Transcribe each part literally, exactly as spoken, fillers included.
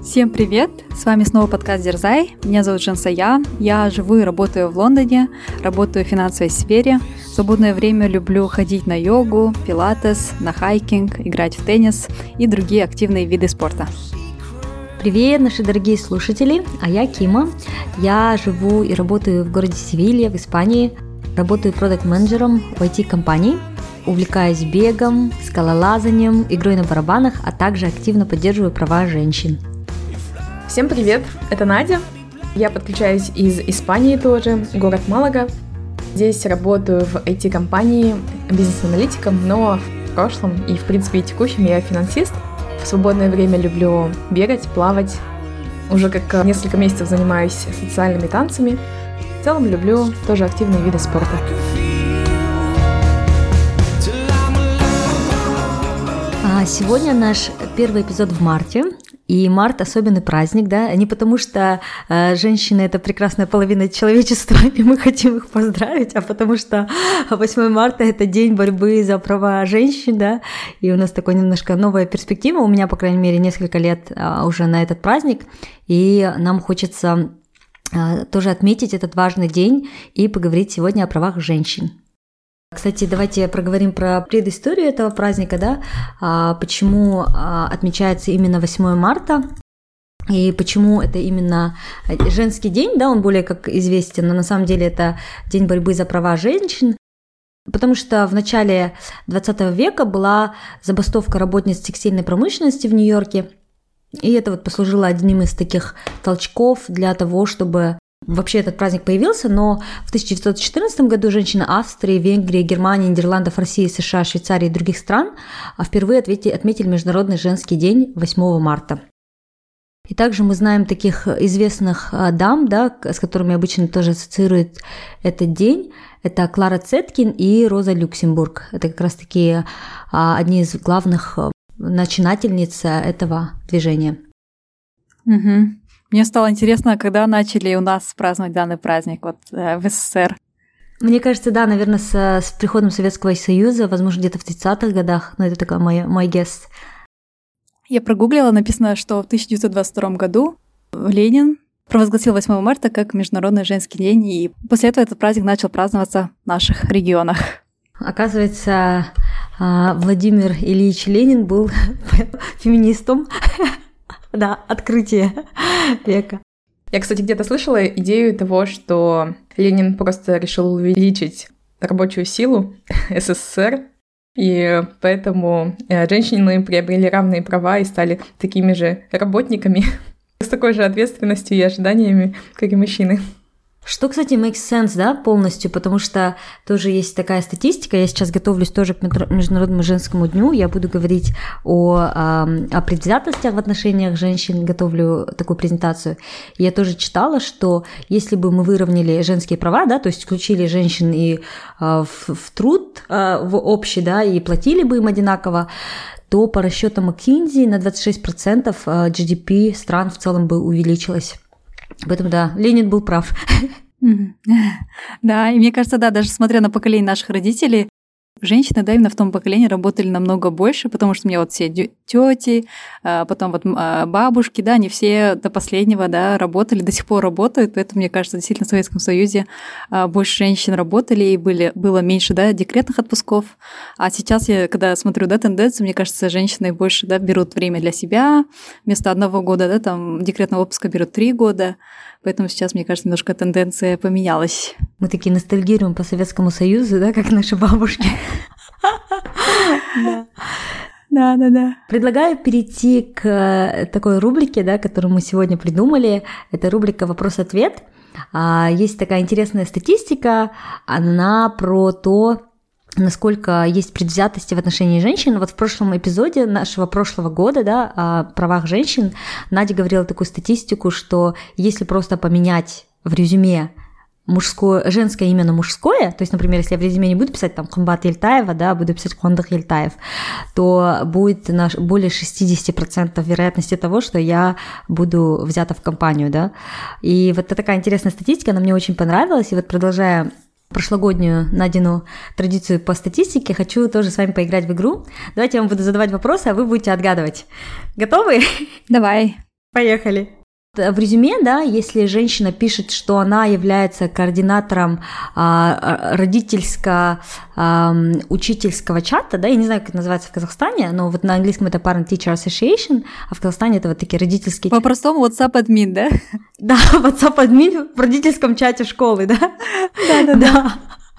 Всем привет! С вами снова подкаст Дерзай. Меня зовут Жансая. Я живу и работаю в Лондоне, работаю в финансовой сфере. В свободное время люблю ходить на йогу, пилатес, на хайкинг, играть в теннис и другие активные виды спорта. Привет, наши дорогие слушатели! А я Кима. Я живу и работаю в городе Севилья в Испании. Работаю продакт-менеджером в ай ти-компании. Увлекаюсь бегом, скалолазанием, игрой на барабанах, а также активно поддерживаю права женщин. Всем привет, это Надя. Я подключаюсь из Испании тоже, город Малага. Здесь работаю в ай ти-компании бизнес-аналитиком, но в прошлом и, в принципе, и текущем я финансист. В свободное время люблю бегать, плавать. Уже как несколько месяцев занимаюсь социальными танцами. В целом люблю тоже активные виды спорта. Сегодня наш первый эпизод в марте, и март особенный праздник, да, не потому что э, женщины — это прекрасная половина человечества, и мы хотим их поздравить, а потому что восьмое марта — это день борьбы за права женщин, да, и у нас такой немножко новая перспектива, у меня, по крайней мере, несколько лет э, уже на этот праздник, и нам хочется э, тоже отметить этот важный день и поговорить сегодня о правах женщин. Кстати, давайте проговорим про предысторию этого праздника, да, почему отмечается именно восьмое марта и почему это именно женский день, да, он более как известен, но на самом деле это день борьбы за права женщин, потому что в начале двадцатого века была забастовка работниц текстильной промышленности в Нью-Йорке, и это вот послужило одним из таких толчков для того, чтобы вообще этот праздник появился, но в тысяча девятьсот четырнадцатом году женщины Австрии, Венгрии, Германии, Нидерландов, России, США, Швейцарии и других стран впервые отметили Международный женский день восьмого марта. И также мы знаем таких известных дам, да, с которыми обычно тоже ассоциируют этот день. Это Клара Цеткин и Роза Люксембург. Это как раз таки одни из главных начинательниц этого движения. Угу. Мне стало интересно, когда начали у нас праздновать данный праздник вот, э, в СССР. Мне кажется, да, наверное, с, с приходом Советского Союза, возможно, где-то в тридцатых годах, но это такой мой, мой guess. Я прогуглила, написано, что в тысяча девятьсот двадцать втором году Ленин провозгласил восьмое марта как Международный женский день, и после этого этот праздник начал праздноваться в наших регионах. Оказывается, Владимир Ильич Ленин был феминистом. Да, открытие века. Я, кстати, где-то слышала идею того, что Ленин просто решил увеличить рабочую силу СССР, и поэтому женщины приобрели равные права и стали такими же работниками с такой же ответственностью и ожиданиями, как и мужчины. Что, кстати, makes sense, да, полностью, потому что тоже есть такая статистика, я сейчас готовлюсь тоже к Международному женскому дню, я буду говорить о, о предвзятостях в отношениях женщин, готовлю такую презентацию. Я тоже читала, что если бы мы выровняли женские права, да, то есть включили женщин и в, в труд в общий, да, и платили бы им одинаково, то по расчетам McKinsey на двадцать шесть процентов джи ди пи стран в целом бы увеличилось. Поэтому, да, Ленин был прав. Да, и мне кажется, да, даже смотря на поколение наших родителей, женщины, да, именно в том поколении работали намного больше, потому что у меня вот все тети, потом вот бабушки, да, они все до последнего, да, работали, до сих пор работают, поэтому, мне кажется, действительно в Советском Союзе больше женщин работали, и были, было меньше, да, декретных отпусков. А сейчас я, когда смотрю, да, тенденцию, мне кажется, женщины больше, да, берут время для себя, вместо одного года, да, там, декретного отпуска берут три года, поэтому сейчас, мне кажется, немножко тенденция поменялась. Мы такие ностальгируем по Советскому Союзу, да, как наши бабушки. Да, да, да. Предлагаю перейти к такой рубрике, да, которую мы сегодня придумали. Это рубрика «Вопрос-ответ». Есть такая интересная статистика, она про то, насколько есть предвзятости в отношении женщин. Вот в прошлом эпизоде нашего прошлого года, да, о правах женщин Надя говорила такую статистику, что если просто поменять в резюме мужское, женское имя на мужское, то есть, например, если я в резюме не буду писать там Ханбат Ельтаева, да, буду писать Хондах Ельтаев, то будет наш, более шестьдесят процентов вероятности того, что я буду взята в компанию, да. И вот это такая интересная статистика, она мне очень понравилась, и вот продолжая прошлогоднюю Надину традицию по статистике, хочу тоже с вами поиграть в игру. Давайте я вам буду задавать вопросы, а вы будете отгадывать. Готовы? Давай. Поехали. В резюме, да, если женщина пишет, что она является координатором а, родительско-учительского чата, да, я не знаю, как это называется в Казахстане, но вот на английском это Parent Teacher Association, а в Казахстане это вот такие родительские... По-простому WhatsApp-админ, да? Да, WhatsApp-админ в родительском чате школы, да? Да-да-да.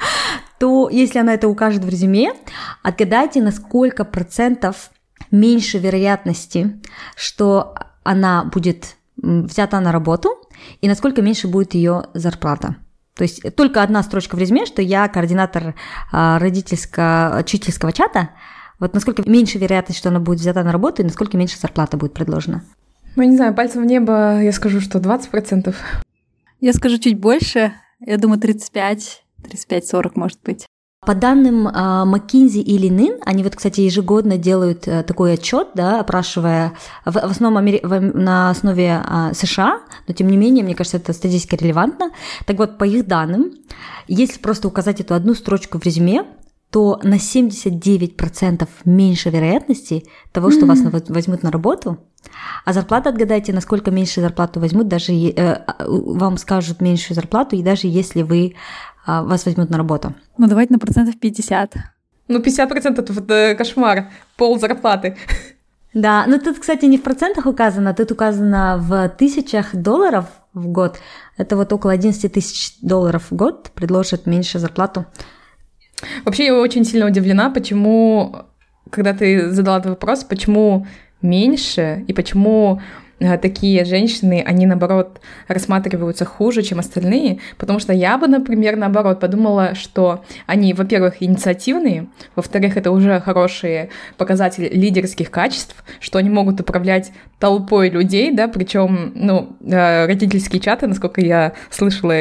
То если она это укажет в резюме, отгадайте, на сколько процентов меньше вероятности, что она будет взята на работу, и насколько меньше будет ее зарплата. То есть только одна строчка в резюме, что я координатор родительско-учительского чата, вот насколько меньше вероятность, что она будет взята на работу, и насколько меньше зарплата будет предложена. Ну, не знаю, пальцем в небо я скажу, что двадцать процентов. Я скажу чуть больше, я думаю, тридцать пять, тридцать пять сорок может быть. По данным McKinsey и LinkedIn, они вот, кстати, ежегодно делают такой отчет, да, опрашивая в, в основном Амери... на основе США, но тем не менее, мне кажется, эта статистика релевантна. Так вот, по их данным, если просто указать эту одну строчку в резюме, то на семьдесят девять процентов меньше вероятности того, что mm-hmm. вас возьмут на работу, а зарплата, отгадайте, насколько меньше зарплату возьмут, даже э, вам скажут меньшую зарплату, и даже если вы вас возьмут на работу. Ну, давайте на процентов пятьдесят. Ну, пятьдесят процентов это кошмар, пол зарплаты. Да, но тут, кстати, не в процентах указано, тут указано в тысячах долларов в год. Это вот около одиннадцать тысяч долларов в год предложат меньше зарплату. Вообще, я очень сильно удивлена, почему, когда ты задала этот вопрос, почему меньше и почему такие женщины, они, наоборот, рассматриваются хуже, чем остальные, потому что я бы, например, наоборот, подумала, что они, во-первых, инициативные, во-вторых, это уже хорошие показатели лидерских качеств, что они могут управлять толпой людей, да, причем, ну, родительские чаты, насколько я слышала,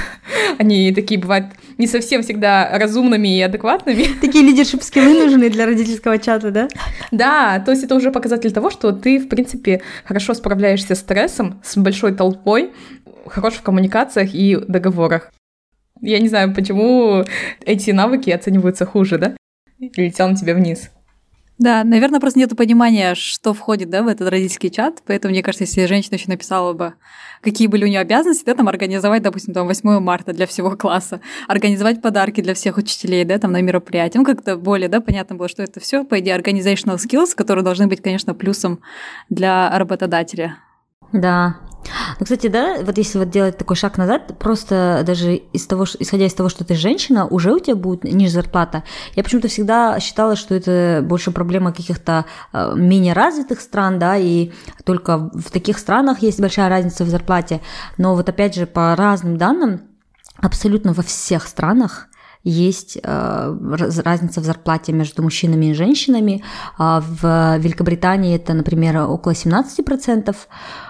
они такие бывают не совсем всегда разумными и адекватными. Такие лидершипские скиллы нужны для родительского чата, да? Да, то есть это уже показатель того, что ты, в принципе, хорошо справляешься с стрессом, с большой толпой, хорош в коммуникациях и договорах. Я не знаю, почему эти навыки оцениваются хуже, да? Или тянут тебя вниз. Да, наверное, просто нет понимания, что входит, да, в этот родительский чат, поэтому, мне кажется, если женщина еще написала бы, какие были у нее обязанности, да, там, организовать, допустим, там, восьмое марта для всего класса, организовать подарки для всех учителей, да, там, на мероприятии, ну, как-то более, да, понятно было, что это все, по идее, organizational skills, которые должны быть, конечно, плюсом для работодателя. Да. Ну, кстати, да, вот если вот делать такой шаг назад, просто даже из того, исходя из того, что ты женщина, уже у тебя будет ниже зарплата. Я почему-то всегда считала, что это больше проблема каких-то э, менее развитых стран, да, и только в таких странах есть большая разница в зарплате. Но вот опять же, по разным данным, абсолютно во всех странах есть э, разница в зарплате между мужчинами и женщинами. Э, в Великобритании это, например, около семнадцать процентов,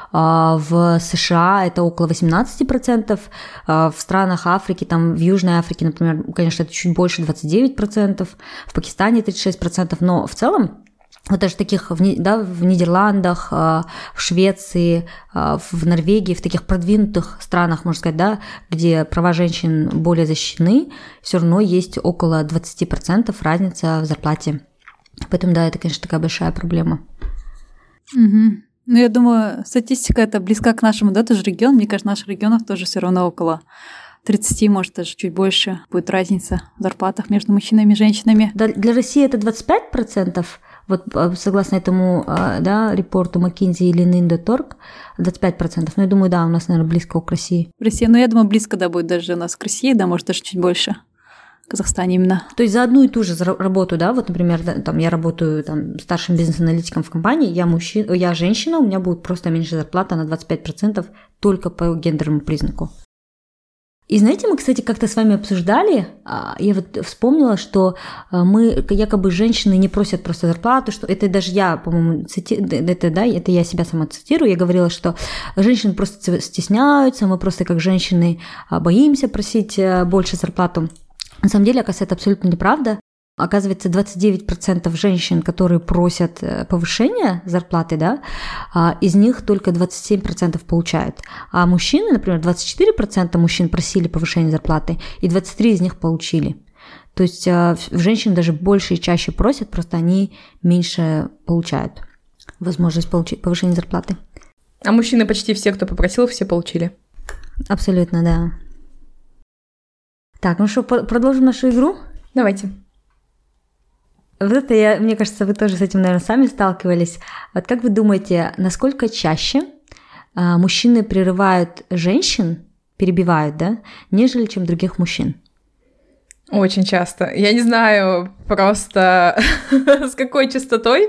в США это около восемнадцать процентов, в странах Африки, там в Южной Африке, например, конечно, это чуть больше, двадцать девять процентов, в Пакистане тридцать шесть процентов, но в целом вот даже таких, да, в Нидерландах, в Швеции, в Норвегии, в таких продвинутых странах, можно сказать, да, где права женщин более защищены, все равно есть около двадцать процентов разница в зарплате. Поэтому, да, это, конечно, такая большая проблема. Угу. Ну, я думаю, статистика это близка к нашему, да, тоже региону. Мне кажется, в наших регионах тоже все равно около тридцать, может, даже чуть больше будет разница в зарплатах между мужчинами и женщинами. Да, для России это двадцать пять процентов, вот согласно этому, да, репорту McKinsey или Линин точка орг, двадцать пять процентов. Ну, я думаю, да, у нас, наверное, близко к России. В России, ну, я думаю, близко, да, будет даже у нас к России, да, может, даже чуть больше. В Казахстане именно. То есть за одну и ту же работу, да, вот, например, да, там я работаю там старшим бизнес-аналитиком в компании, я мужчина, я женщина, у меня будет просто меньше зарплата на двадцать пять процентов только по гендерному признаку. И знаете, мы, кстати, как-то с вами обсуждали, я вот вспомнила, что мы, якобы, женщины не просят просто зарплату, что это даже я, по-моему, цити... это, да, это я себя сама цитирую, я говорила, что женщины просто стесняются, мы просто как женщины боимся просить больше зарплату. На самом деле, оказывается, это абсолютно неправда. Оказывается, двадцать девять процентов женщин, которые просят повышения зарплаты, да, из них только двадцать семь процентов получают. А мужчины, например, двадцать четыре процента мужчин просили повышения зарплаты, и двадцать три из них получили. То есть женщины даже больше и чаще просят, просто они меньше получают возможность получить повышение зарплаты. А мужчины почти все, кто попросил, все получили. Абсолютно, да. Так, ну что, продолжим нашу игру? Давайте. Вот это, я, мне кажется, вы тоже с этим, наверное, сами сталкивались. Вот как вы думаете, насколько чаще а, мужчины прерывают женщин, перебивают, да, нежели чем других мужчин? Очень часто. Я не знаю просто с какой частотой.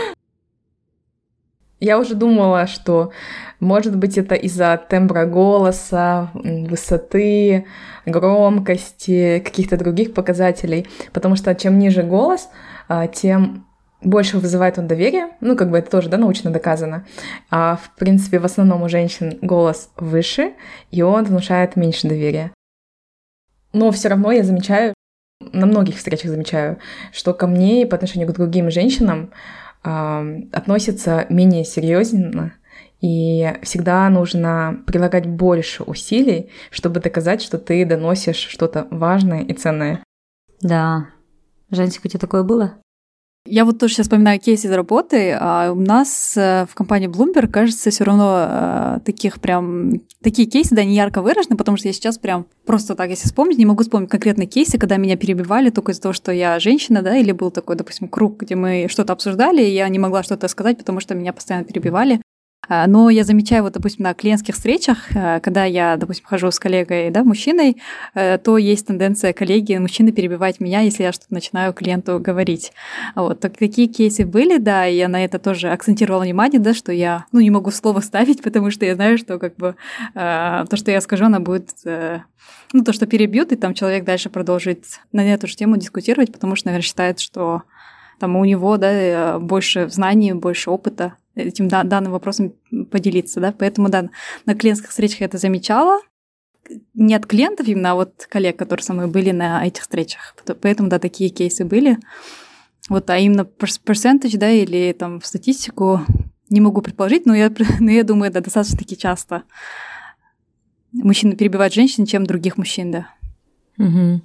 Я уже думала, что, может быть, это из-за тембра голоса, высоты, громкости, каких-то других показателей. Потому что чем ниже голос, тем больше вызывает он доверие. Ну, как бы это тоже, да, научно доказано. А, в принципе, в основном у женщин голос выше, и он внушает меньше доверия. Но все равно я замечаю, на многих встречах замечаю, что ко мне и по отношению к другим женщинам относятся менее серьезно, и всегда нужно прилагать больше усилий, чтобы доказать, что ты доносишь что-то важное и ценное. Да. Женщина, у тебя такое было? Я вот тоже сейчас вспоминаю кейс из работы, а у нас в компании Bloomberg, кажется, все равно таких прям... Такие кейсы, да, не ярко выражены, потому что я сейчас прям просто так, если вспомнить, не могу вспомнить конкретные кейсы, когда меня перебивали только из-за того, что я женщина, да, или был такой, допустим, круг, где мы что-то обсуждали, и я не могла что-то сказать, потому что меня постоянно перебивали. Но я замечаю, вот, допустим, на клиентских встречах, когда я, допустим, хожу с коллегой, да, мужчиной, то есть тенденция коллеги, мужчины перебивать меня, если я что-то начинаю клиенту говорить. Вот, так, такие кейсы были, да, и я на это тоже акцентировала внимание, да, что я, ну, не могу слово ставить, потому что я знаю, что, как бы, то, что я скажу, она будет, ну, то, что перебьют, и там человек дальше продолжит на эту же тему дискутировать, потому что, наверное, считает, что там у него, да, больше знаний, больше опыта этим данным вопросом поделиться, да, поэтому, да, на клиентских встречах я это замечала, не от клиентов именно, а вот коллег, которые со мной были на этих встречах, поэтому, да, такие кейсы были, вот, а именно percentage, да, или там в статистику не могу предположить, но я, но я думаю, да, достаточно-таки часто мужчины перебивают женщин, чем других мужчин, да. Угу.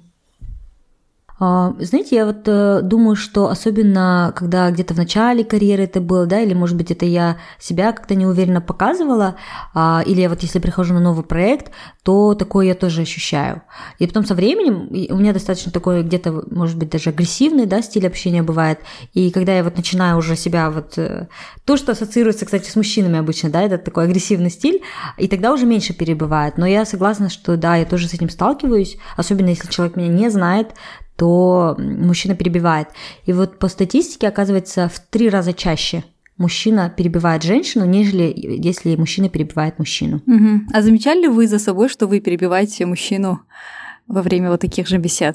Знаете, я вот э, думаю, что особенно, когда где-то в начале карьеры это было, да, или, может быть, это я себя как-то неуверенно показывала, э, или вот если прихожу на новый проект, то такое я тоже ощущаю. И потом со временем у меня достаточно такой где-то, может быть, даже агрессивный, да, стиль общения бывает, и когда я вот начинаю уже себя вот... Э, то, что ассоциируется, кстати, с мужчинами обычно, да, это такой агрессивный стиль, и тогда уже меньше перебивает. Но я согласна, что, да, я тоже с этим сталкиваюсь, особенно если человек меня не знает, то мужчина перебивает. И вот по статистике, оказывается, в три раза чаще мужчина перебивает женщину, нежели если мужчина перебивает мужчину. Угу. А замечали ли вы за собой, что вы перебиваете мужчину во время вот таких же бесед?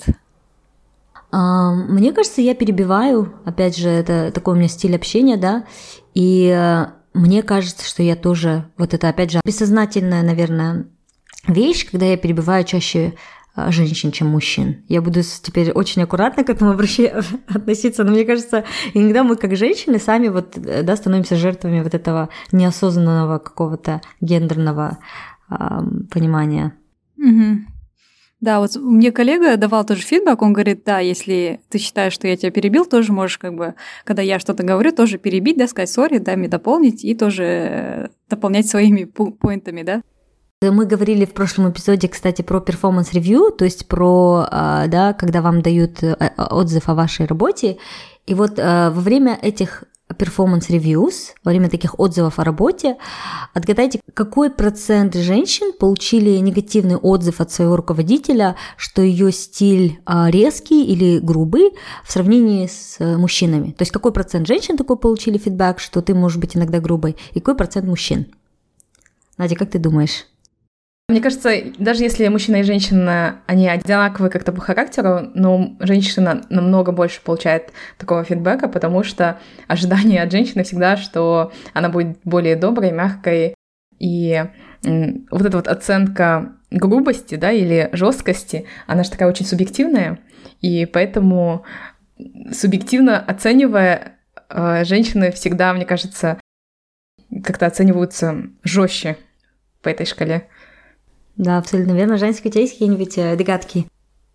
А, мне кажется, я перебиваю. Опять же, это такой у меня стиль общения, да. И мне кажется, что я тоже... Вот это, опять же, бессознательная, наверное, вещь, когда я перебиваю чаще женщин, чем мужчин. Я буду теперь очень аккуратно к этому обращаться, относиться, но мне кажется, иногда мы как женщины сами вот, да, становимся жертвами вот этого неосознанного какого-то гендерного э, понимания. Угу. Да, вот мне коллега давал тоже фидбэк, он говорит, да, если ты считаешь, что я тебя перебил, тоже можешь как бы, когда я что-то говорю, тоже перебить, да, сказать сори, да, мне дополнить и тоже дополнять своими поинтами, да. Мы говорили в прошлом эпизоде, кстати, про перформанс-ревью, то есть про, да, когда вам дают отзыв о вашей работе. И вот во время этих перформанс-ревьюс, во время таких отзывов о работе, отгадайте, какой процент женщин получили негативный отзыв от своего руководителя, что ее стиль резкий или грубый в сравнении с мужчинами. То есть какой процент женщин такой получили фидбэк, что ты можешь быть иногда грубой, и какой процент мужчин? Надя, как ты думаешь? Мне кажется, даже если мужчина и женщина, они одинаковые как-то по характеру, но женщина намного больше получает такого фидбэка, потому что ожидание от женщины всегда, что она будет более доброй, мягкой, и вот эта вот оценка грубости, да, или жесткости, она же такая очень субъективная, и поэтому субъективно оценивая, женщины всегда, мне кажется, как-то оцениваются жестче по этой шкале. Да, абсолютно верно. Женские, у тебя есть какие-нибудь догадки?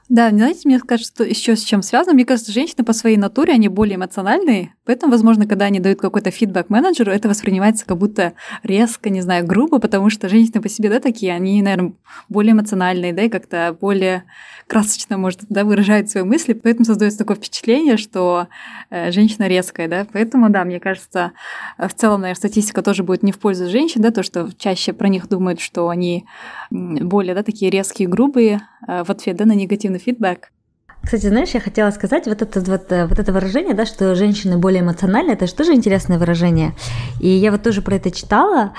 Да, знаете, мне кажется, что еще с чем связано. Мне кажется, женщины по своей натуре, они более эмоциональные, поэтому, возможно, когда они дают какой-то фидбэк менеджеру, это воспринимается как будто резко, не знаю, грубо, потому что женщины по себе, да, такие, они, наверное, более эмоциональные, да, и как-то более красочно, может, да, выражают свои мысли, поэтому создается такое впечатление, что э, женщина резкая, да, поэтому, да, мне кажется, в целом, наверное, статистика тоже будет не в пользу женщин, да, то, что чаще про них думают, что они более, да, такие резкие, грубые э, в ответ, да, на негативный фидбэк. Кстати, знаешь, я хотела сказать, вот это, вот, вот это выражение, да, что женщины более эмоциональны, это же тоже интересное выражение. И я вот тоже про это читала.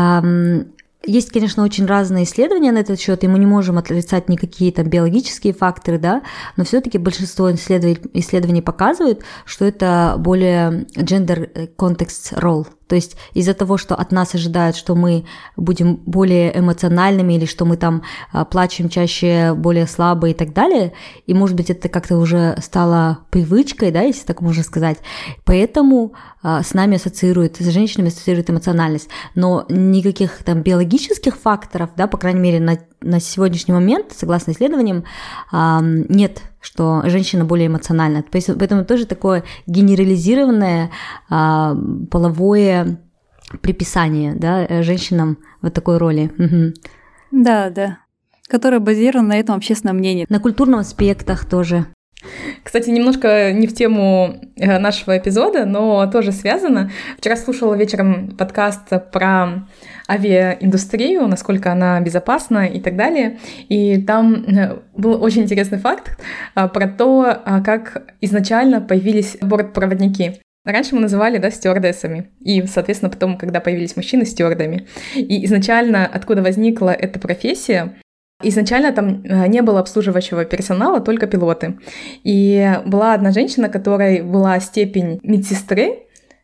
Есть, конечно, очень разные исследования на этот счет, и мы не можем отрицать никакие там биологические факторы, да, но все-таки большинство исследований показывают, что это более gender context role. То есть из-за того, что от нас ожидают, что мы будем более эмоциональными или что мы там плачем чаще, более слабые и так далее, и, может быть, это как-то уже стало привычкой, да, если так можно сказать, поэтому с нами ассоциируют, с женщинами ассоциирует эмоциональность, но никаких там биологических факторов, да, по крайней мере, на, на сегодняшний момент, согласно исследованиям, нет, что женщина более эмоциональна. Поэтому тоже такое генерализированное а, половое приписание, да, женщинам вот такой роли. Угу. Да, да. Которое базировано на этом общественном мнении. На культурных аспектах тоже. Кстати, немножко не в тему нашего эпизода, но тоже связано. Вчера слушала вечером подкаст про авиаиндустрию, насколько она безопасна и так далее. И там был очень интересный факт про то, как изначально появились бортпроводники. Раньше мы называли, да, стюардессами. И, соответственно, потом, когда появились мужчины, стюардами. И изначально откуда возникла эта профессия? Изначально там не было обслуживающего персонала, только пилоты. И была одна женщина, которой была степень медсестры,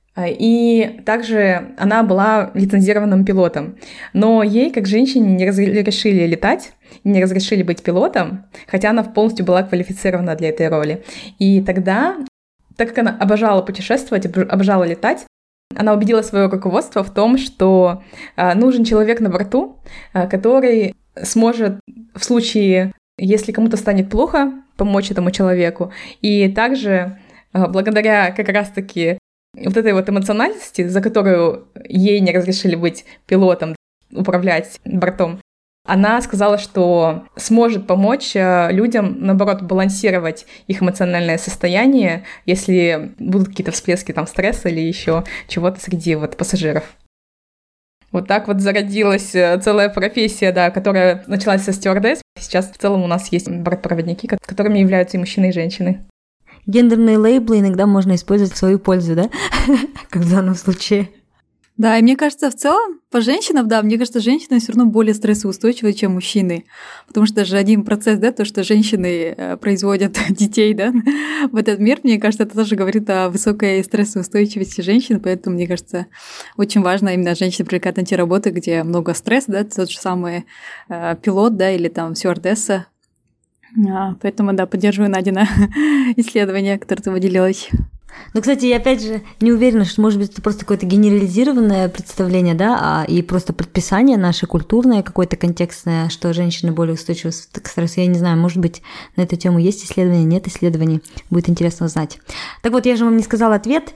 и также она была лицензированным пилотом. Но ей, как женщине, не разрешили летать, не разрешили быть пилотом, хотя она полностью была квалифицирована для этой роли. И тогда, так как она обожала путешествовать, обожала летать, она убедила свое руководство в том, что нужен человек на борту, который сможет в случае, если кому-то станет плохо, помочь этому человеку. И также благодаря как раз-таки вот этой вот эмоциональности, за которую ей не разрешили быть пилотом, управлять бортом, она сказала, что сможет помочь людям, наоборот, балансировать их эмоциональное состояние, если будут какие-то всплески там стресса или еще чего-то среди вот пассажиров. Вот так вот зародилась целая профессия, да, которая началась со стюардесс. Сейчас в целом у нас есть бортпроводники, которыми являются и мужчины, и женщины. Гендерные лейблы иногда можно использовать в свою пользу, да? Как в данном случае. Да, и мне кажется, в целом, по женщинам, да, мне кажется, женщины все равно более стрессоустойчивы, чем мужчины. Потому что даже один процесс, да, то, что женщины производят детей, да, в этот мир, мне кажется, это тоже говорит о высокой стрессоустойчивости женщин, поэтому, мне кажется, очень важно именно женщины привлекать на те работы, где много стресса, да, тот же самый э, пилот, да, или там стюардесса. А, поэтому, да, поддерживаю Надина исследование, которое ты выделилась. Ну, кстати, я опять же не уверена, что, может быть, это просто какое-то генерализированное представление, да, а, и просто предписание наше культурное, какое-то контекстное, что женщины более устойчивы к стрессу. Я не знаю, может быть, на эту тему есть исследования, нет исследований. Будет интересно узнать. Так вот, я же вам не сказала ответ.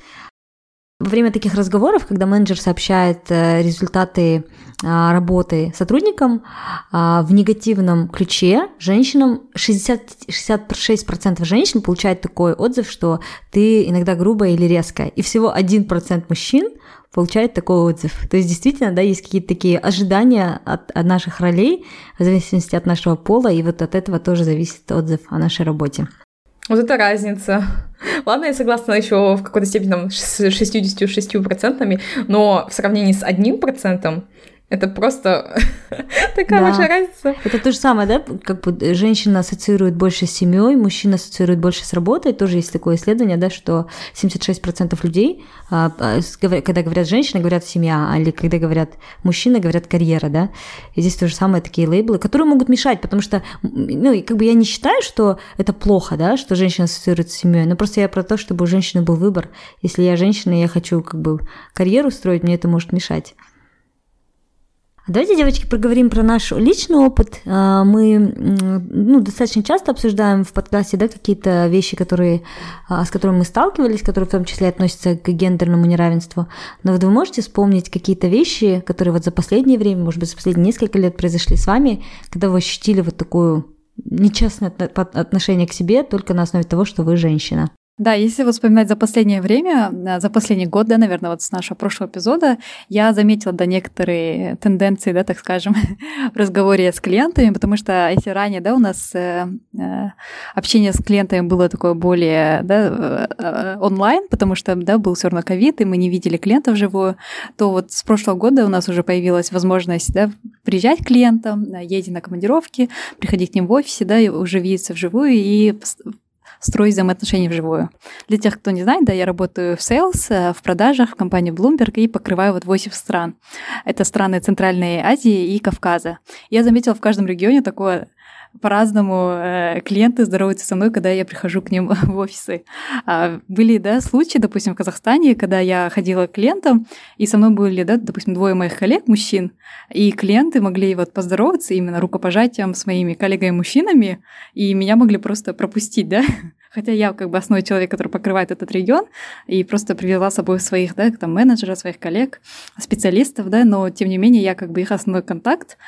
Во время таких разговоров, когда менеджер сообщает результаты работы сотрудникам в негативном ключе, женщинам шестьдесят, шестьдесят шесть процентов женщин получают такой отзыв, что ты иногда грубая или резкая, и всего один процент мужчин получает такой отзыв. То есть действительно, да, есть какие-то такие ожидания от, от наших ролей, в зависимости от нашего пола, и вот от этого тоже зависит отзыв о нашей работе. Вот это разница. Ладно, я согласна еще в какой-то степени там, с шестьдесят шесть процентов, но в сравнении с одним процентом это просто такая да. большая разница. Это то же самое, да? Как бы женщина ассоциирует больше с семьей, мужчина ассоциирует больше с работой. Тоже есть такое исследование, да, что семьдесят шесть процентов людей, когда говорят женщина, говорят семья, или когда говорят мужчина, говорят карьера, да. И здесь то же самое, такие лейблы, которые могут мешать, потому что, ну, как бы я не считаю, что это плохо, да, что женщина ассоциирует с семьей, но просто я про то, чтобы у женщины был выбор. Если я женщина, и я хочу как бы карьеру строить, мне это может мешать. Давайте, девочки, проговорим про наш личный опыт. Мы ну, достаточно часто обсуждаем в подкасте, да, какие-то вещи, которые, с которыми мы сталкивались, которые в том числе относятся к гендерному неравенству. Но вот вы можете вспомнить какие-то вещи, которые вот за последнее время, может быть, за последние несколько лет произошли с вами, когда вы ощутили вот такое нечестное отношение к себе только на основе того, что вы женщина? Да, если вот вспоминать за последнее время, за последний год, да, наверное, вот с нашего прошлого эпизода, я заметила, да, некоторые тенденции, да, так скажем, в разговоре с клиентами, потому что если ранее, да, у нас э, э, общение с клиентами было такое более, да, э, онлайн, потому что, да, был все равно ковид, и мы не видели клиентов вживую, то вот с прошлого года у нас уже появилась возможность, да, приезжать к клиентам, ездить на командировки, приходить к ним в офисе, да, и уже видеться вживую и строить взаимоотношения вживую. Для тех, кто не знает, да, я работаю в sales, в продажах в компании Bloomberg и покрываю вот восемь стран. Это страны Центральной Азии и Кавказа. Я заметила в каждом регионе такое по-разному э, клиенты здороваются со мной, когда я прихожу к ним в офисы. А, были, да, случаи, допустим, в Казахстане, когда я ходила к клиентам, и со мной были, да, допустим, двое моих коллег, мужчин, и клиенты могли вот поздороваться именно рукопожатием с моими коллегами-мужчинами, и меня могли просто пропустить, да, хотя я как бы основной человек, который покрывает этот регион, и просто привела с собой своих, да, там, менеджеров, своих коллег, специалистов, да, но тем не менее я как бы их основной контакт,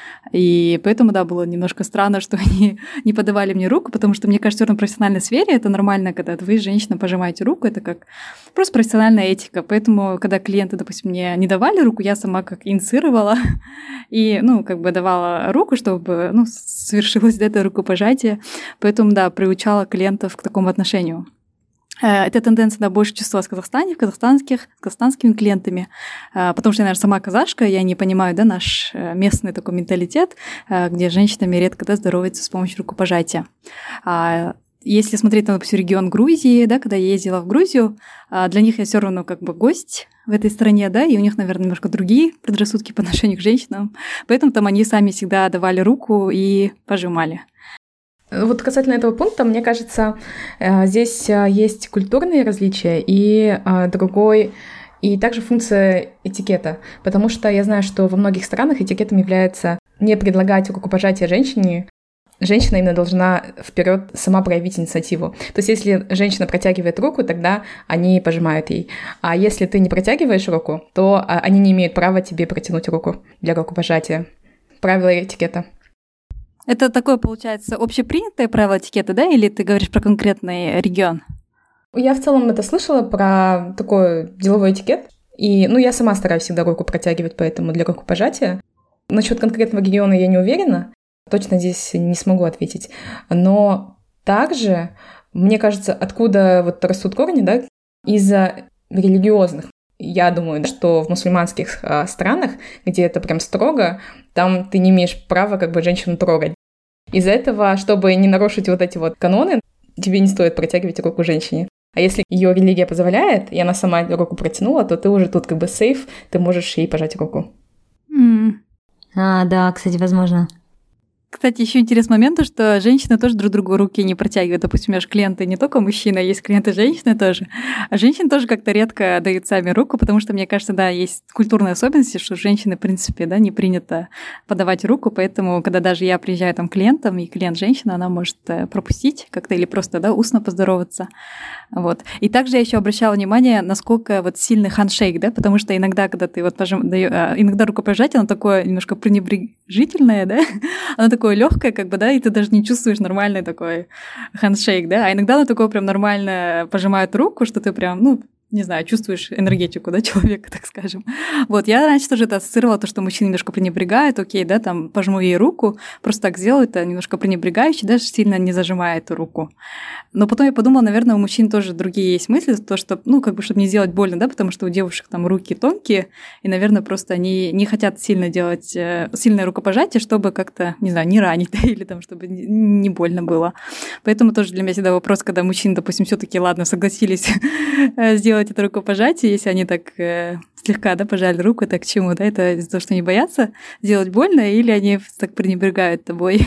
и поэтому, да, было немножко странно, что они не подавали мне руку, потому что, мне кажется, в профессиональной сфере это нормально, когда вы, женщина, пожимаете руку, это как просто профессиональная этика, поэтому, когда клиенты, допустим, мне не давали руку, я сама как инициировала и, ну, как бы давала руку, чтобы, ну, совершилось это рукопожатие, поэтому, да, приучала клиентов к такому отношению. Эта тенденция, да, больше чувствовалась в Казахстане, в казахстанских, с казахстанскими клиентами, потому что я, наверное, сама казашка, я не понимаю, да, наш местный такой менталитет, где женщинами редко, да, здороваются с помощью рукопожатия. Если смотреть на, допустим, регион Грузии, да, когда я ездила в Грузию, для них я все равно как бы гость в этой стране, да, и у них, наверное, немножко другие предрассудки по отношению к женщинам, поэтому там они сами всегда давали руку и пожимали. Вот касательно этого пункта, мне кажется, здесь есть культурные различия и другой, и также функция этикета, потому что я знаю, что во многих странах этикетом является не предлагать рукопожатие женщине, женщина именно должна вперед сама проявить инициативу. То есть если женщина протягивает руку, тогда они пожимают ей. А если ты не протягиваешь руку, то они не имеют права тебе протянуть руку для рукопожатия. Правила этикета. Это такое, получается, общепринятое правило этикета, да, или ты говоришь про конкретный регион? Я в целом это слышала про такой деловой этикет, и, ну, я сама стараюсь всегда руку протягивать, поэтому для рукопожатия. Насчет конкретного региона я не уверена, точно здесь не смогу ответить, но также, мне кажется, откуда вот растут корни, да, из-за религиозных. Я думаю, что в мусульманских а, странах, где это прям строго, там ты не имеешь права как бы женщину трогать. Из-за этого, чтобы не нарушить вот эти вот каноны, тебе не стоит протягивать руку женщине. А если ее религия позволяет, и она сама руку протянула, то ты уже тут как бы сейф, ты можешь ей пожать руку. Mm. А, да, кстати, возможно. Кстати, еще интересный момент, что женщины тоже друг другу руки не протягивают. Допустим, у меня же клиенты не только мужчины, а есть клиенты женщины тоже. А женщины тоже как-то редко дают сами руку, потому что, мне кажется, да, есть культурные особенности, что женщины, в принципе, да, не принято подавать руку, поэтому, когда даже я приезжаю там к клиентам, и клиент женщина, она может пропустить как-то или просто, да, устно поздороваться. Вот. И также я еще обращала внимание, насколько вот сильный хандшейк, да, потому что иногда, когда ты вот пожим, даё, иногда рукопожатие, оно такое немножко пренебрежительное, да, оно такое легкое, как бы, да, и ты даже не чувствуешь нормальный такой хандшейк, да, а иногда оно такое прям нормально пожимает руку, что ты прям, ну, не знаю, чувствуешь энергетику, да, человека, так скажем. Вот, я раньше тоже это ассоциировала, то, что мужчины немножко пренебрегают, окей, да, там, пожму ей руку, просто так сделаю, это немножко пренебрегающе, даже сильно не зажимая эту руку. Но потом я подумала, наверное, у мужчин тоже другие есть мысли, то, что, ну, как бы, чтобы не сделать больно, да, потому что у девушек там руки тонкие, и, наверное, просто они не хотят сильно делать, сильное рукопожатие, чтобы как-то, не знаю, не ранить, да, или там, чтобы не больно было. Поэтому тоже для меня всегда вопрос, когда мужчины, допустим, все-таки, ладно, согласились сделать это рукопожатие, если они так э, слегка, да, пожали руку, это к чему, да, это из-за того, что они боятся сделать больно, или они так пренебрегают тобой.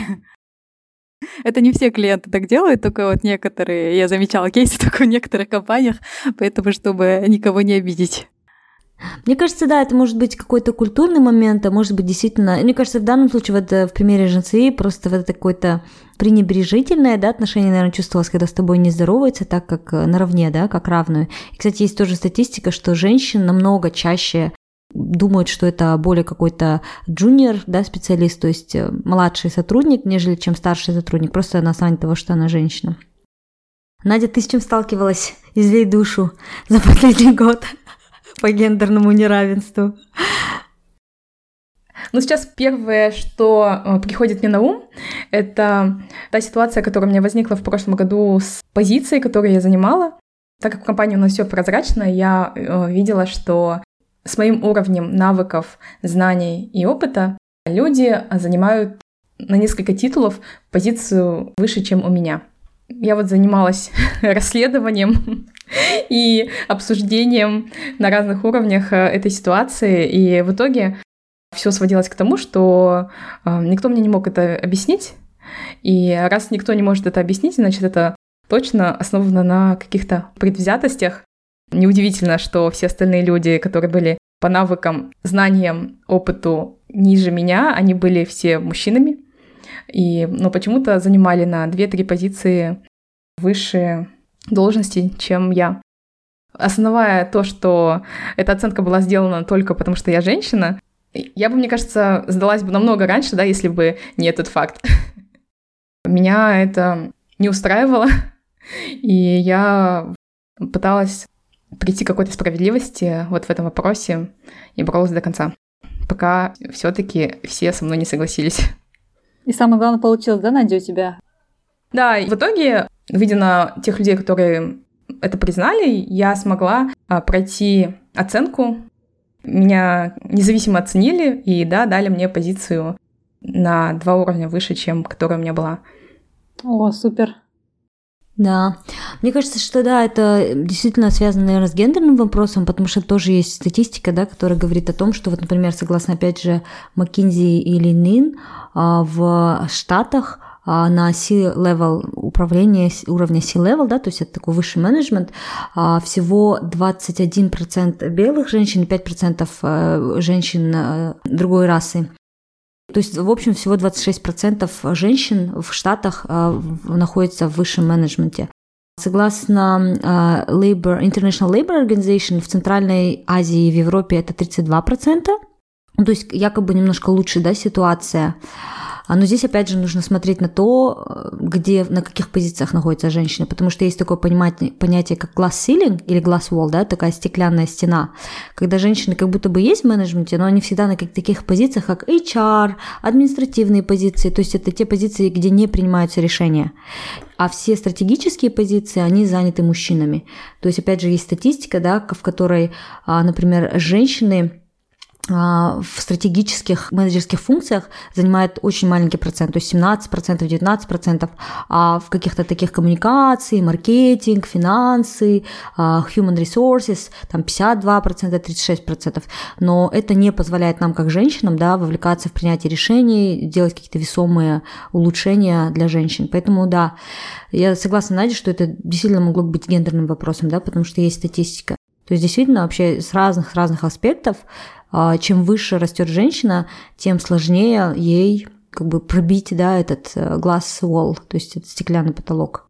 Это не все клиенты так делают, только вот некоторые, я замечала кейсы только в некоторых компаниях, поэтому, чтобы никого не обидеть. Мне кажется, да, это может быть какой-то культурный момент, а может быть действительно... Мне кажется, в данном случае, вот в примере Женции, просто вот это какое-то пренебрежительное, да, отношение, наверное, чувствовалось, когда с тобой не здороваются так, как наравне, да, как равную. И, кстати, есть тоже статистика, что женщин намного чаще думают, что это более какой-то джуниор, да, специалист, то есть младший сотрудник, нежели чем старший сотрудник, просто на основании того, что она женщина. Надя, ты с чем сталкивалась? Излей душу за последний год по гендерному неравенству. Ну, сейчас первое, что приходит мне на ум, это та ситуация, которая у меня возникла в прошлом году с позицией, которую я занимала. Так как в компании у нас все прозрачно, я видела, что с моим уровнем навыков, знаний и опыта люди занимают на несколько титулов позицию выше, чем у меня. Я вот занималась расследованием и обсуждением на разных уровнях этой ситуации, и в итоге все сводилось к тому, что никто мне не мог это объяснить, и раз никто не может это объяснить, значит, это точно основано на каких-то предвзятостях. Неудивительно, что все остальные люди, которые были по навыкам, знаниям, опыту ниже меня, они были все мужчинами, и, но почему-то занимали на две-три позиции выше должности, чем я. Осознавая то, что эта оценка была сделана только потому, что я женщина, я бы, мне кажется, сдалась бы намного раньше, да, если бы не этот факт. Меня это не устраивало, и я пыталась прийти к какой-то справедливости вот в этом вопросе и боролась до конца, пока все-таки все со мной не согласились. И самое главное получилось, да, Надя, у тебя? Да, и в итоге, видя на тех людей, которые это признали, я смогла а, пройти оценку. Меня независимо оценили и, да, дали мне позицию на два уровня выше, чем которая у меня была. О, супер. Да, мне кажется, что да, это действительно связано, наверное, с гендерным вопросом, потому что тоже есть статистика, да, которая говорит о том, что вот, например, согласно, опять же, McKinsey и Linin, в Штатах на C-level управления, уровня C-level, да, то есть это такой высший менеджмент, всего двадцать один процент белых женщин и пять процентов женщин другой расы. То есть, в общем, всего двадцать шесть процентов женщин в Штатах э, находятся в высшем менеджменте. Согласно э, Labor, International Labour Organization, в Центральной Азии и в Европе это тридцать два процента. То есть, якобы немножко лучше, да, ситуация. Но здесь, опять же, нужно смотреть на то, где, на каких позициях находятся женщины, потому что есть такое понятие, как glass ceiling или glass wall, да, такая стеклянная стена, когда женщины как будто бы есть в менеджменте, но они всегда на таких позициях, как эйч ар, административные позиции, то есть это те позиции, где не принимаются решения. А все стратегические позиции, они заняты мужчинами. То есть, опять же, есть статистика, да, в которой, например, женщины в стратегических менеджерских функциях занимает очень маленький процент, то есть семнадцать процентов, девятнадцать процентов, а в каких-то таких коммуникаций, маркетинг, финансы, human resources, там пятьдесят два процента, тридцать шесть процентов. Но это не позволяет нам, как женщинам, да, вовлекаться в принятие решений, делать какие-то весомые улучшения для женщин. Поэтому, да, я согласна, Надя, что это действительно могло быть гендерным вопросом, да, потому что есть статистика. То есть действительно вообще с разных, с разных аспектов, чем выше растет женщина, тем сложнее ей как бы пробить, да, этот glass wall, то есть этот стеклянный потолок.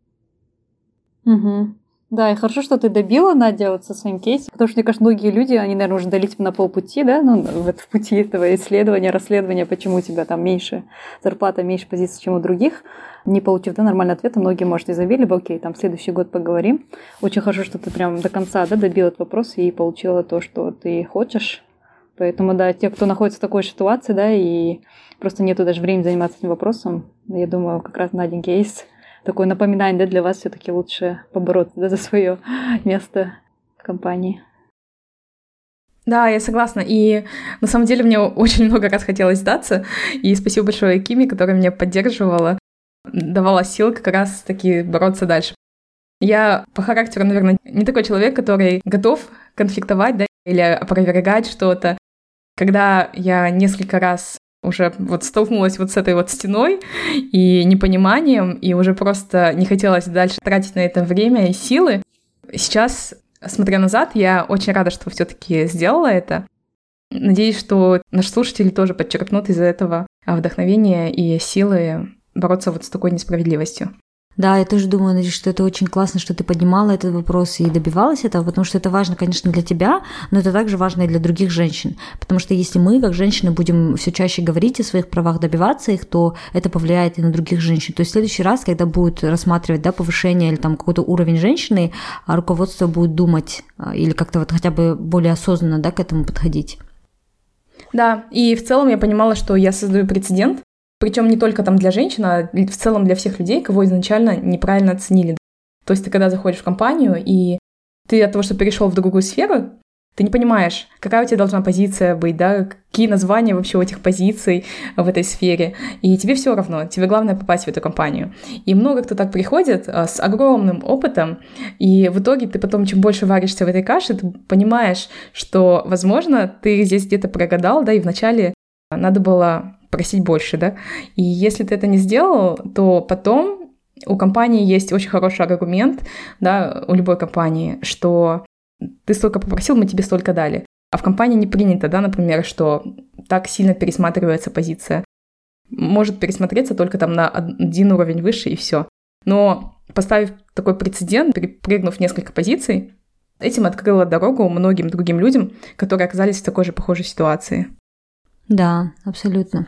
Угу. Да, и хорошо, что ты добила, Надя, вот со своим кейсом, потому что, мне кажется, многие люди, они, наверное, уже дались на полпути, да, ну, в, в пути этого исследования, расследования, почему у тебя там меньше зарплата, меньше позиций, чем у других. Не получив, да, нормальный ответ, многие, может, и забили бы, окей, там, в следующий год поговорим. Очень хорошо, что ты прям до конца, да, добила этот вопрос и получила то, что ты хочешь. Поэтому, да, те, кто находится в такой ситуации, да, и просто нету даже времени заниматься этим вопросом, я думаю, как раз Надин кейс такое напоминание, да, для вас все-таки лучше побороться, да, за свое место в компании. Да, я согласна. И на самом деле мне очень много раз хотелось сдаться. И спасибо большое Киме, которая меня поддерживала, давала сил как раз-таки бороться дальше. Я по характеру, наверное, не такой человек, который готов конфликтовать, да, или опровергать что-то. Когда я несколько раз уже вот столкнулась вот с этой вот стеной и непониманием, и уже просто не хотелось дальше тратить на это время и силы, сейчас Смотря назад, я очень рада, что все-таки сделала это. Надеюсь, что наши слушатели тоже подчеркнут из-за этого вдохновения и силы бороться вот с такой несправедливостью. Да, я тоже думаю, Надежда, что это очень классно, что ты поднимала этот вопрос и добивалась этого, потому что это важно, конечно, для тебя, но это также важно и для других женщин. Потому что если мы, как женщины, будем все чаще говорить о своих правах, добиваться их, то это повлияет и на других женщин. То есть в следующий раз, когда будут рассматривать, да, повышение или там какой-то уровень женщины, руководство будет думать или как-то вот хотя бы более осознанно, да, к этому подходить. Да, и в целом я понимала, что я создаю прецедент, причем не только там для женщин, а в целом для всех людей, кого изначально неправильно оценили. То есть ты когда заходишь в компанию, и ты от того, что перешел в другую сферу, ты не понимаешь, какая у тебя должна позиция быть, да, какие названия вообще у этих позиций в этой сфере, и тебе все равно, тебе главное попасть в эту компанию. И много кто так приходит с огромным опытом, и в итоге ты потом, чем больше варишься в этой каше, ты понимаешь, что, возможно, ты здесь где-то прогадал, да, и вначале надо было просить больше, да, и если ты это не сделал, то потом у компании есть очень хороший аргумент, да, у любой компании, что ты столько попросил, мы тебе столько дали. А в компании не принято, да, например, что так сильно пересматривается позиция. Может пересмотреться только там на один уровень выше и все. Но поставив такой прецедент, перепрыгнув несколько позиций, этим открыло дорогу многим другим людям, которые оказались в такой же похожей ситуации. Да, абсолютно.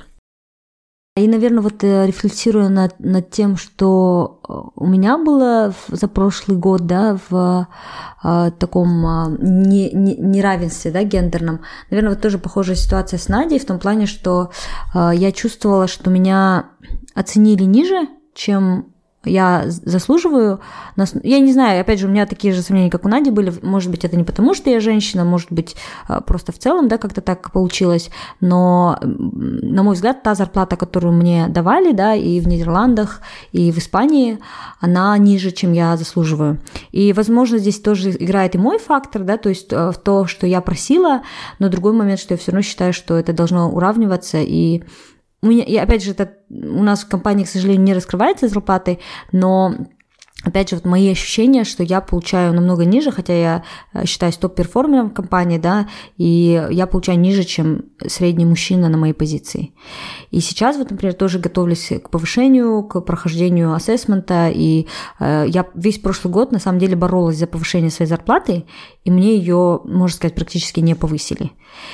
И, наверное, вот рефлексируя над, над тем, что у меня было за прошлый год, да, в а, таком а, не, не, неравенстве, да, гендерном, наверное, вот тоже похожая ситуация с Надей в том плане, что а, я чувствовала, что меня оценили ниже, чем я заслуживаю. Я не знаю, опять же, у меня такие же сомнения, как у Нади были. Может быть, это не потому, что я женщина, может быть, просто в целом, да, как-то так получилось. Но, на мой взгляд, та зарплата, которую мне давали, да, и в Нидерландах, и в Испании, она ниже, чем я заслуживаю. И, возможно, здесь тоже играет и мой фактор, да, то есть в то, что я просила, но другой момент, что я все равно считаю, что это должно уравниваться, и У меня, и опять же, это у нас в компании, к сожалению, не раскрывается зарплатой, но опять же, вот мои ощущения, что я получаю намного ниже, хотя я считаюсь топ-перформером в компании, да, и я получаю ниже, чем средний мужчина на моей позиции. И сейчас, вот, например, тоже готовлюсь к повышению, к прохождению ассессмента, и э, я весь прошлый год, на самом деле, боролась за повышение своей зарплаты, и мне ее, можно сказать, практически не повысили.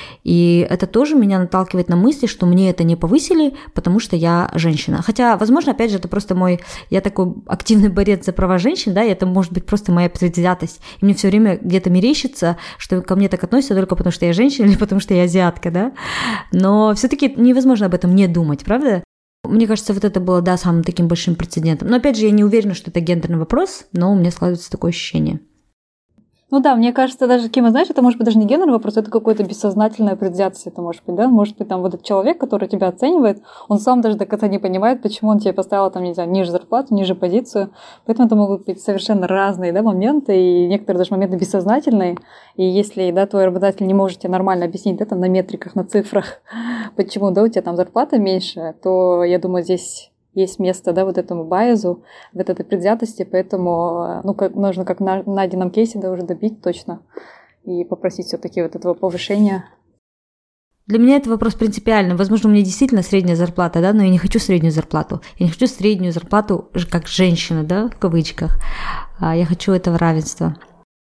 И это тоже меня наталкивает на мысли, что мне это не повысили, потому что я женщина. Хотя, возможно, опять же, это просто мой, я такой активный борец за права женщин, да, и это может быть просто моя предвзятость. И мне все время где-то мерещится, что ко мне так относятся только потому, что я женщина или потому, что я азиатка, да. Но все-таки невозможно об этом не думать, правда? Мне кажется, вот это было, да, самым таким большим прецедентом. Но опять же, я не уверена, что это гендерный вопрос, но у меня складывается такое ощущение. Ну да, мне кажется, даже, Кима, знаешь, это может быть даже не гендерный вопрос, это какое-то бессознательное предвзятость, это может быть, да? Может быть, там вот этот человек, который тебя оценивает, он сам даже до конца не понимает, почему он тебе поставил, там, не знаю, ниже зарплату, ниже позицию. Поэтому это могут быть совершенно разные, да, моменты, и некоторые даже моменты бессознательные. И если, да, твой работодатель не может тебе нормально объяснить, да, там, на метриках, на цифрах, почему, да, у тебя там зарплата меньше, то, я думаю, здесь есть место, да, вот этому байзу, вот этой предвзятости, поэтому, ну, как, нужно, как на Надином кейсе, да, уже добить точно и попросить все-таки вот этого повышения. Для меня это вопрос принципиальный. Возможно, у меня действительно средняя зарплата, да, но я не хочу среднюю зарплату. Я не хочу среднюю зарплату как женщина, да, в кавычках. Я хочу этого равенства.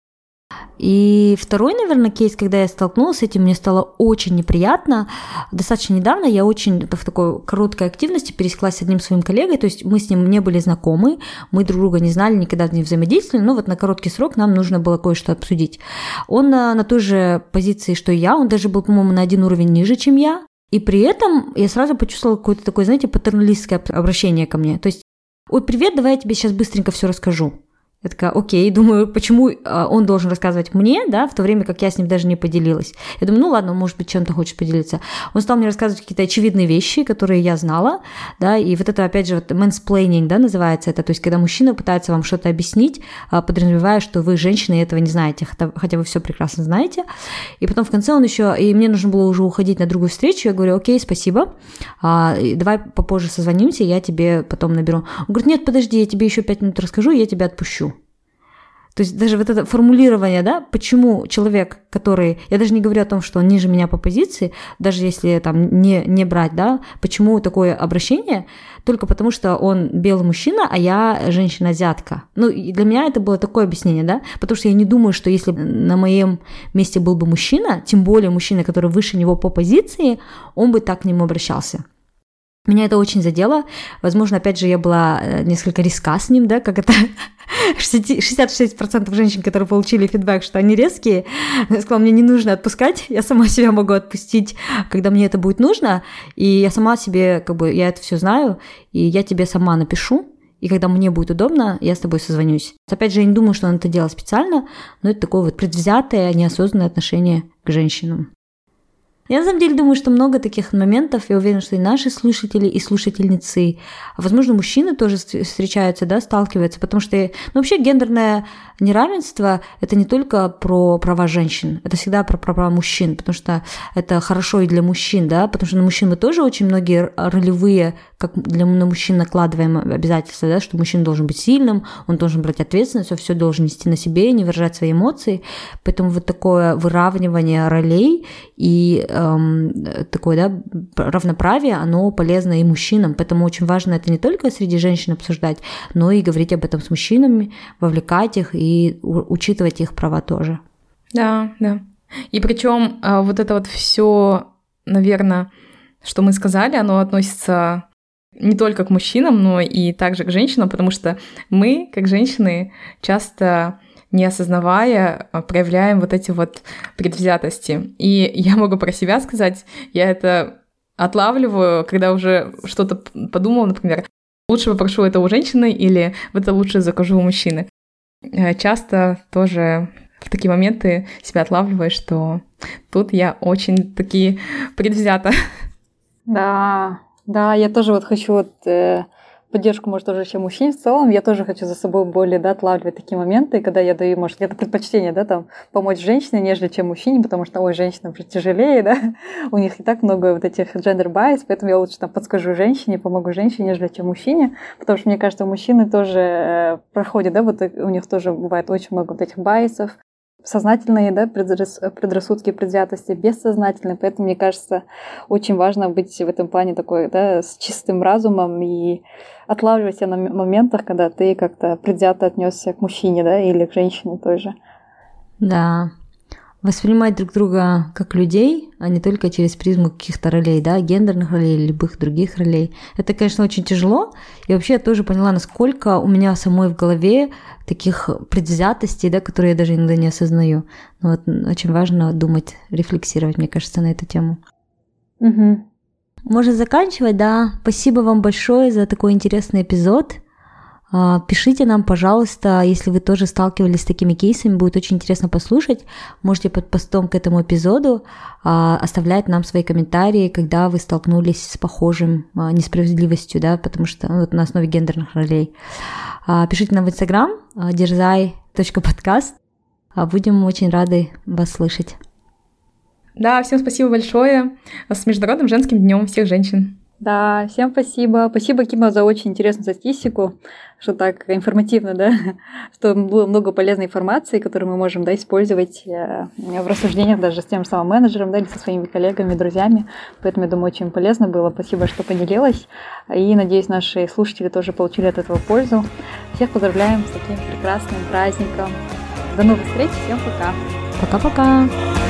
И второй, наверное, кейс, когда я столкнулась с этим, мне стало очень неприятно. Достаточно недавно я очень в такой короткой активности пересеклась с одним своим коллегой, то есть мы с ним не были знакомы, мы друг друга не знали, никогда не взаимодействовали, но вот на короткий срок нам нужно было кое-что обсудить. Он на, на той же позиции, что и я, он даже был, по-моему, на один уровень ниже, чем я, и при этом я сразу почувствовала какое-то такое, знаете, патерналистское обращение ко мне. То есть: ой, привет, давай я тебе сейчас быстренько все расскажу. Я такая, окей, думаю, почему он должен рассказывать мне, да, в то время как я с ним даже не поделилась. Я думаю, ну ладно, может быть, чем-то хочет поделиться. Он стал мне рассказывать какие-то очевидные вещи, которые я знала, да, и вот это, опять же, вот mansplaining, да, называется это, то есть когда мужчина пытается вам что-то объяснить, подразумевая, что вы, женщины, этого не знаете, хотя вы все прекрасно знаете. И потом в конце он еще, и мне нужно было уже уходить на другую встречу, я говорю, окей, спасибо, давай попозже созвонимся, я тебе потом наберу. Он говорит, нет, подожди, я тебе еще пять минут расскажу, и я тебя отпущу. То есть даже вот это формулирование, да, почему человек, который, я даже не говорю о том, что он ниже меня по позиции, даже если там не, не брать, да, почему такое обращение, только потому что он белый мужчина, а я женщина-азиатка. Ну, и для меня это было такое объяснение, да, потому что я не думаю, что если на моем месте был бы мужчина, тем более мужчина, который выше него по позиции, он бы так к нему обращался. Меня это очень задело. Возможно, опять же, я была несколько резка с ним, да, как это шестьдесят шесть процентов женщин, которые получили фидбэк, что они резкие. Я сказала, мне не нужно отпускать, я сама себя могу отпустить, когда мне это будет нужно, и я сама себе, как бы, я это все знаю, и я тебе сама напишу, и когда мне будет удобно, я с тобой созвонюсь. Опять же, я не думаю, что он это делал специально, но это такое вот предвзятое, неосознанное отношение к женщинам. Я на самом деле думаю, что много таких моментов, я уверена, что и наши слушатели, и слушательницы, а возможно, мужчины тоже встречаются, да, сталкиваются, потому что ну, вообще гендерное неравенство – это не только про права женщин, это всегда про права мужчин, потому что это хорошо и для мужчин, да, потому что на мужчин мы тоже очень многие ролевые, как для на мужчин накладываем обязательства, да, что мужчина должен быть сильным, он должен брать ответственность, он все должен нести на себе, не выражать свои эмоции, поэтому вот такое выравнивание ролей и такое, да, равноправие, оно полезно и мужчинам, поэтому очень важно это не только среди женщин обсуждать, но и говорить об этом с мужчинами, вовлекать их и учитывать их права тоже. Да, да. И причем вот это вот все, наверное, что мы сказали, оно относится не только к мужчинам, но и также к женщинам, потому что мы, как женщины, часто не осознавая, проявляем вот эти вот предвзятости. И я могу про себя сказать, я это отлавливаю, когда уже что-то подумала, например, лучше попрошу это у женщины или это лучше закажу у мужчины. Часто тоже в такие моменты себя отлавливаю, что тут я очень таки предвзята. Да, да, я тоже вот хочу вот... Э... поддержку, может, тоже чем мужчин в целом, я тоже хочу за собой более, да, отлавливать такие моменты, когда я даю, может, где-то предпочтение, да, там, помочь женщине, нежели чем мужчине, потому что, ой, женщинам же тяжелее, да, у них и так много вот этих gender bias, поэтому я лучше там подскажу женщине, помогу женщине, нежели чем мужчине, потому что, мне кажется, мужчины тоже э, проходят, да, вот у них тоже бывает очень много вот этих байсов, сознательные, да, предрассудки, предвзятости, бессознательные, поэтому, мне кажется, очень важно быть в этом плане такой, да, с чистым разумом и отлавливать себя на моментах, когда ты как-то предвзято отнесся к мужчине, да, или к женщине тоже. Да. Воспринимать друг друга как людей, а не только через призму каких-то ролей, да, гендерных ролей или любых других ролей. Это, конечно, очень тяжело. И вообще я тоже поняла, насколько у меня самой в голове таких предвзятостей, да, которые я даже иногда не осознаю. Но вот очень важно думать, рефлексировать, мне кажется, на эту тему. Угу. Можно заканчивать, да. Спасибо вам большое за такой интересный эпизод. Пишите нам, пожалуйста, если вы тоже сталкивались с такими кейсами, будет очень интересно послушать. Можете под постом к этому эпизоду оставлять нам свои комментарии, когда вы столкнулись с похожим несправедливостью, да, потому что ну, вот на основе гендерных ролей. Пишите нам в Инстаграм дерзай точка подкаст. Будем очень рады вас слышать. Да, всем спасибо большое. С Международным женским днем всех женщин. Да, всем спасибо. Спасибо, Кима, за очень интересную статистику, что так информативно, да, что было много полезной информации, которую мы можем, да, использовать в рассуждениях даже с тем же самым менеджером, да, или со своими коллегами, друзьями. Поэтому, я думаю, очень полезно было. Спасибо, что поделилась. И, надеюсь, наши слушатели тоже получили от этого пользу. Всех поздравляем с таким прекрасным праздником. До новых встреч. Всем пока. Пока-пока.